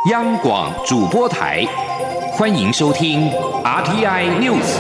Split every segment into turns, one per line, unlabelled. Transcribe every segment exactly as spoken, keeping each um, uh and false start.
央广主播台，欢迎收听 R T I News。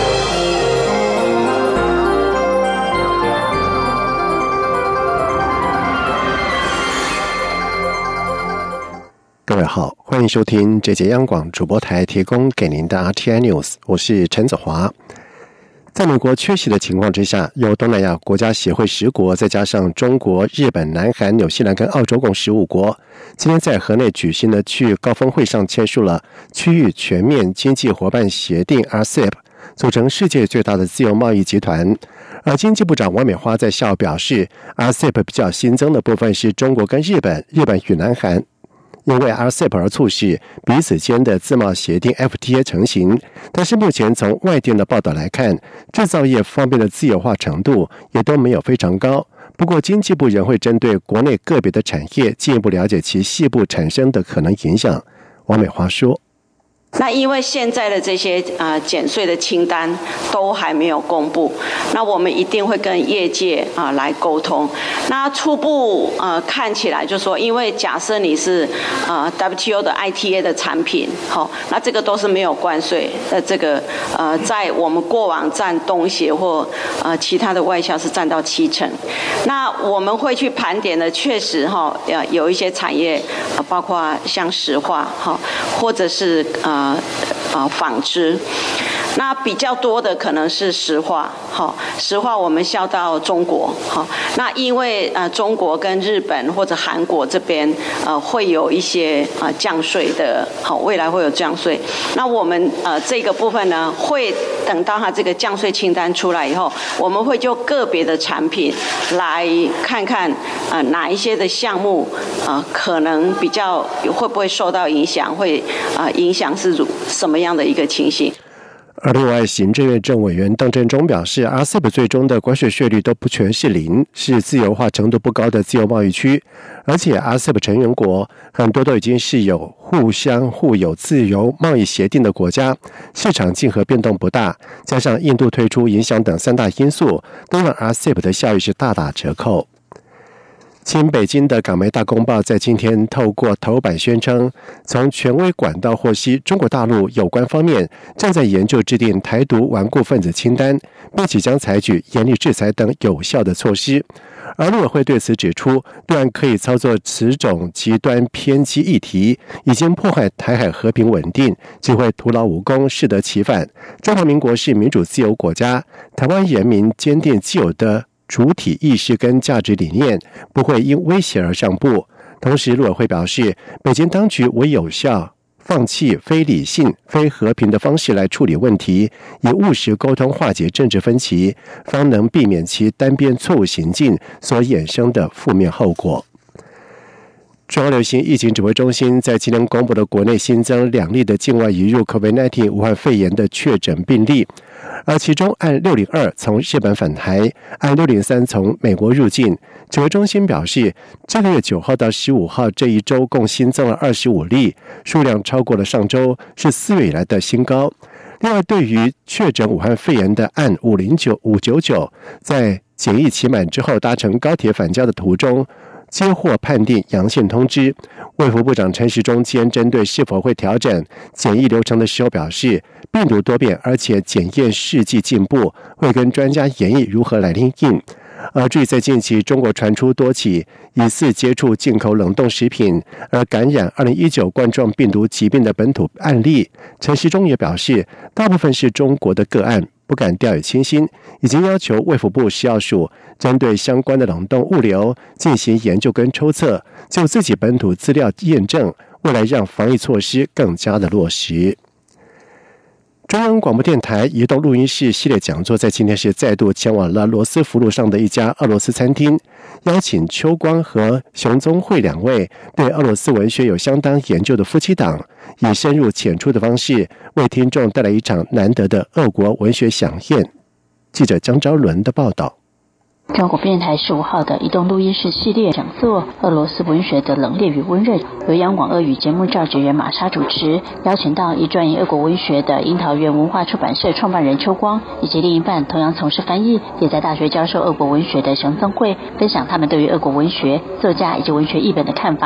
各位好，欢迎收听这节央广主播台提供给您的 R T I News， 我是陈子华。在美国缺席的情况之下，由东南亚国家协会十国，再加上中国、日本、南韩、纽西兰跟澳洲共十五国，今天在河内举行的区域高峰会上签署了区域全面经济伙伴协定 R C E P， 组成世界最大的自由贸易集团。而经济部长王美花在下午表示， R C E P 比较新增的部分是中国跟日本、日本与南韩因为 R C E P 而促使彼此间的自贸协定 F T A 成型，但是目前从外电的报道来看，制造业方面的自由化程度也都没有非常高。不过经济部仍会针对国内个别的产业进一步了解其细部产生的可能影响。王美花说，
那因为现在的这些呃减税的清单都还没有公布，那我们一定会跟业界啊、呃、来沟通。那初步呃看起来就说，因为假设你是呃 W T O 的 I T A 的产品，好、哦，那这个都是没有关税的，这个呃在我们过往占东协或呃其他的外销是占到七成。那我们会去盘点的，确实哈，呃有一些产业，呃包括像石化哈，或者是呃。呃呃，纺织，那比较多的可能是石化，好，石化我们销到中国，好，那因为呃中国跟日本或者韩国这边呃会有一些呃降税的，好，未来会有降税，那我们呃这个部分呢，会等到它这个降税清单出来以后，我们会就个别的产品来看看呃哪一些的项目呃可能比较会不会受到影响，会呃影响是什么样的一个情形。
而另外，行政院政委员邓振中表示 ，R C E P 最终的关税税率都不全是零，是自由化程度不高的自由贸易区，而且 R C E P 成员国很多都已经是有互相互有自由贸易协定的国家，市场竞合变动不大，加上印度退出影响等三大因素，都让 R C E P 的效益是大打折扣。亲北京的港媒大公报在今天透过头版宣称，从权威管道获悉，中国大陆有关方面正在研究制定台独顽固分子清单，并且将采取严厉制裁等有效的措施。而陆委会对此指出，对岸可以操作此种极端偏激议题，已经破坏台海和平稳定，只会徒劳无功，适得其反。中华民国是民主自由国家，台湾人民坚定既有的主体意识跟价值理念，不会因威胁而让步。同时，陆委会表示，北京当局唯有效放弃非理性、非和平的方式来处理问题，以务实沟通化解政治分歧，方能避免其单边错误行径所衍生的负面后果。中央流行疫情指挥中心在今天公布的国内新增两例的境外移入 COVID 十九 武汉肺炎的确诊病例，而其中案六零二从日本返台，案六零三从美国入境。指挥中心表示，这个月九号到十五号这一周共新增了二十五例，数量超过了上周，是四月以来的新高。另外，对于确诊武汉肺炎的案五零九、五九九，在检疫期满之后搭乘高铁返家的途中，接获判定阳性通知。卫福部长陈时中今天针对是否会调整检疫流程的时候表示，病毒多变，而且检验试剂进步，会跟专家研议如何来应应。而至于在近期中国传出多起疑似接触进口冷冻食品而感染二零一九冠状病毒疾病的本土案例，陈时中也表示，大部分是中国的个案，不敢掉以轻心，已经要求卫福部食药署针对相关的冷冻物流进行研究跟抽测，就自己本土资料验证，未来让防疫措施更加的落实。中央广播电台移动录音室系列讲座在今天是再度前往了罗斯福路上的一家俄罗斯餐厅，邀请邱光和熊宗慧两位对俄罗斯文学有相当研究的夫妻档，以深入浅出的方式为听众带来一场难得的俄国文学飨宴。记者江昭伦的报道。
中国电台十五号的移动录音室系列讲座《俄罗斯文学的冷冽与温热》，由央广俄语节目召集人玛莎主持，邀请到以专研俄国文学的樱桃园文化出版社创办人邱光，以及另一半同样从事翻译，也在大学教授俄国文学的熊宗慧，分享他们对于俄国文学、作家以及文学译本的看法。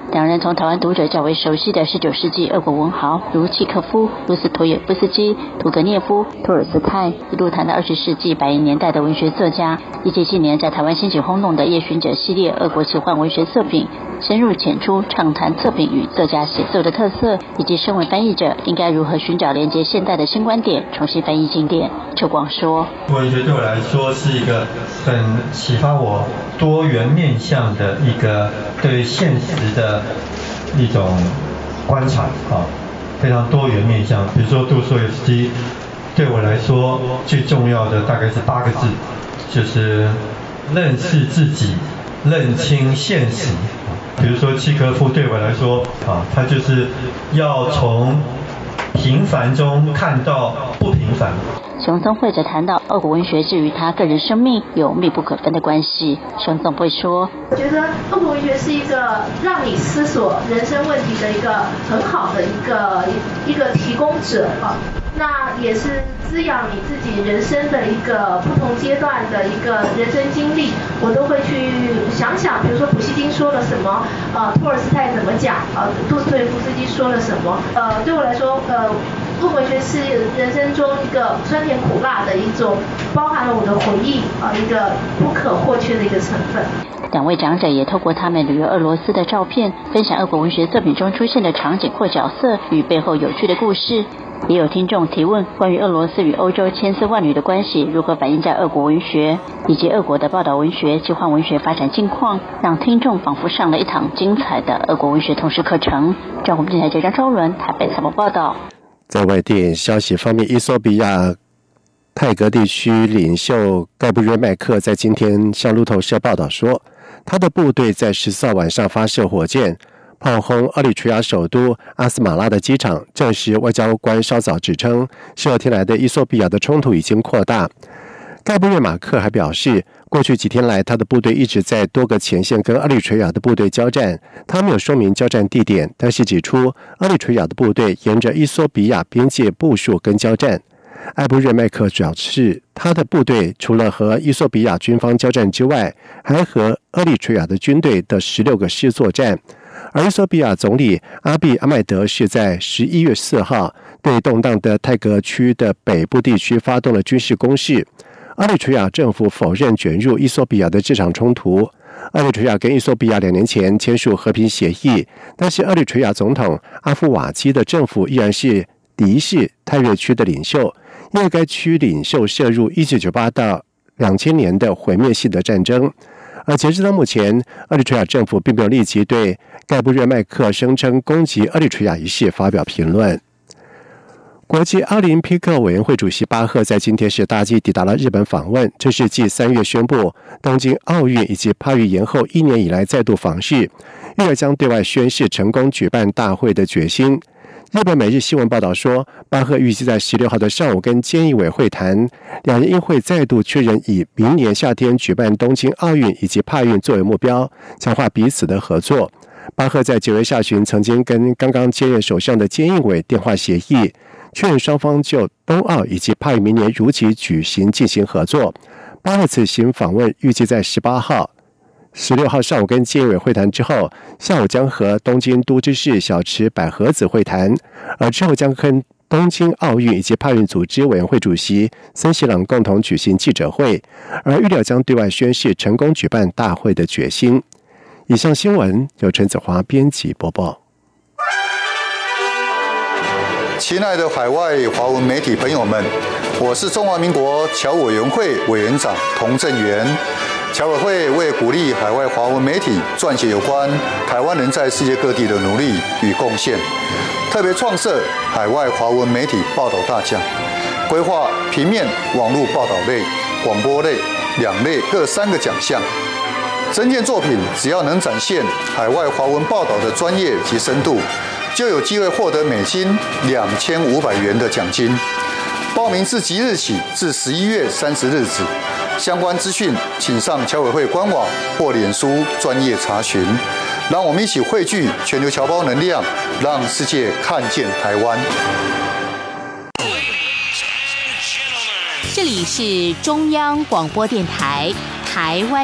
两人从台湾读者较为熟悉的十九世纪俄国文豪如契诃夫、卢斯托耶夫斯基、屠格涅夫、托尔斯泰，一路谈到二十世纪百年代的文学作家，以及近年在台湾掀起轰动的《夜巡者》系列俄国奇幻文学作品，深入浅出畅谈作品与作家写作的特色，以及身为翻译者应该如何寻找连接现代的新观点，重新翻译经典。邱广说，
文学对我来说是一个很启发我多元面向的一个对现实的一种观察啊，非常多元面向。比如说杜索耶夫斯基对我来说最重要的大概是八个字，就是认识自己，认清现实。比如说契诃夫对我来说啊，他就是要从平凡中看到不平凡。
熊宗惠则谈到俄国文学是与他个人生命有密不可分的关系。熊宗惠说，
我觉得俄国文学是一个让你思索人生问题的一个很好的一个一个提供者啊，那也是滋养你自己人生的一个不同阶段的一个人生经历，我都会去想想，比如说普希金说了什么，呃，托尔斯泰怎么讲，呃，杜斯托耶夫斯基说了什么，呃，对我来说，呃。俄国文学是人生中一个酸甜苦辣的一种，包含了我的回忆啊，一个不可或缺的一个成分。
两位长者也透过他们旅游俄罗斯的照片，分享俄国文学作品中出现的场景或角色与背后有趣的故事。也有听众提问关于俄罗斯与欧洲千丝万缕的关系如何反映在俄国文学，以及俄国的报道文学、奇幻文学发展近况，让听众仿佛上了一堂精彩的俄国文学通识课程。中国电台记者张昭伦台北采访报道。
在外电消息方面，伊索比亚泰格地区领袖盖布约麦克在今天向路透社报道说，他的部队在十四号晚上发射火箭炮轰厄立垂亚首都阿斯马拉的机场，证实外交官稍早指称，十二天来的伊索比亚的冲突已经扩大。盖布约马克还表示，过去几天来他的部队一直在多个前线跟厄立垂亚的部队交战，他没有说明交战地点，但是指出厄立垂亚的部队沿着伊索比亚边界部署跟交战。艾布热麦克表示，他的部队除了和伊索比亚军方交战之外，还和厄立垂亚的军队的十六个师作战。而伊索比亚总理阿比阿麦德是在十一月四号对动荡的泰格区的北部地区发动了军事攻势。厄立垂亚政府否认卷入伊索比亚的这场冲突。厄立垂亚跟伊索比亚两年前签署和平协议，但是厄立垂亚总统阿夫瓦基的政府依然是敌视泰瑞区的领袖，因为该区领袖涉入一九九八到两千年的毁灭性的战争。而截至到目前，厄立垂亚政府并没有立即对盖布热麦克声称攻击厄立垂亚一事发表评论。国际奥林匹克委员会主席巴赫在今天是搭机抵达了日本访问，这是继三月宣布东京奥运以及帕运延后一年以来再度访日，因而将对外宣示成功举办大会的决心。日本每日新闻报道说，巴赫预计在十六号的上午跟菅义伟会谈，两人应会再度确认以明年夏天举办东京奥运以及帕运作为目标，强化彼此的合作。巴赫在九月下旬曾经跟刚刚接任首相的菅义伟电话协议，确认双方就冬奥以及帕运明年如期举行进行合作。巴赫此行访问预计在十八号、十六号上午跟菅义伟会谈之后，下午将和东京都知事小池百合子会谈，而之后将跟东京奥运以及帕运组织委员会主席森喜朗共同举行记者会，而预料将对外宣示成功举办大会的决心。以上新闻由陈子华编辑播报。
亲爱的海外华文媒体朋友们，我是中华民国侨委员会委员长童振源。侨委会为鼓励海外华文媒体撰写有关台湾人在世界各地的努力与贡献，特别创设海外华文媒体报道大奖，规划平面、网络报道类、广播类两类各三个奖项。征件作品只要能展现海外华文报道的专业及深度，就有机会获得美金两千五百元的奖金。报名自即日起至十一月三十日止，相关资讯请上侨委会官网或脸书专业查询。让我们一起汇聚全球侨胞能量，让世界看见台湾。
这里是中央广播电台台湾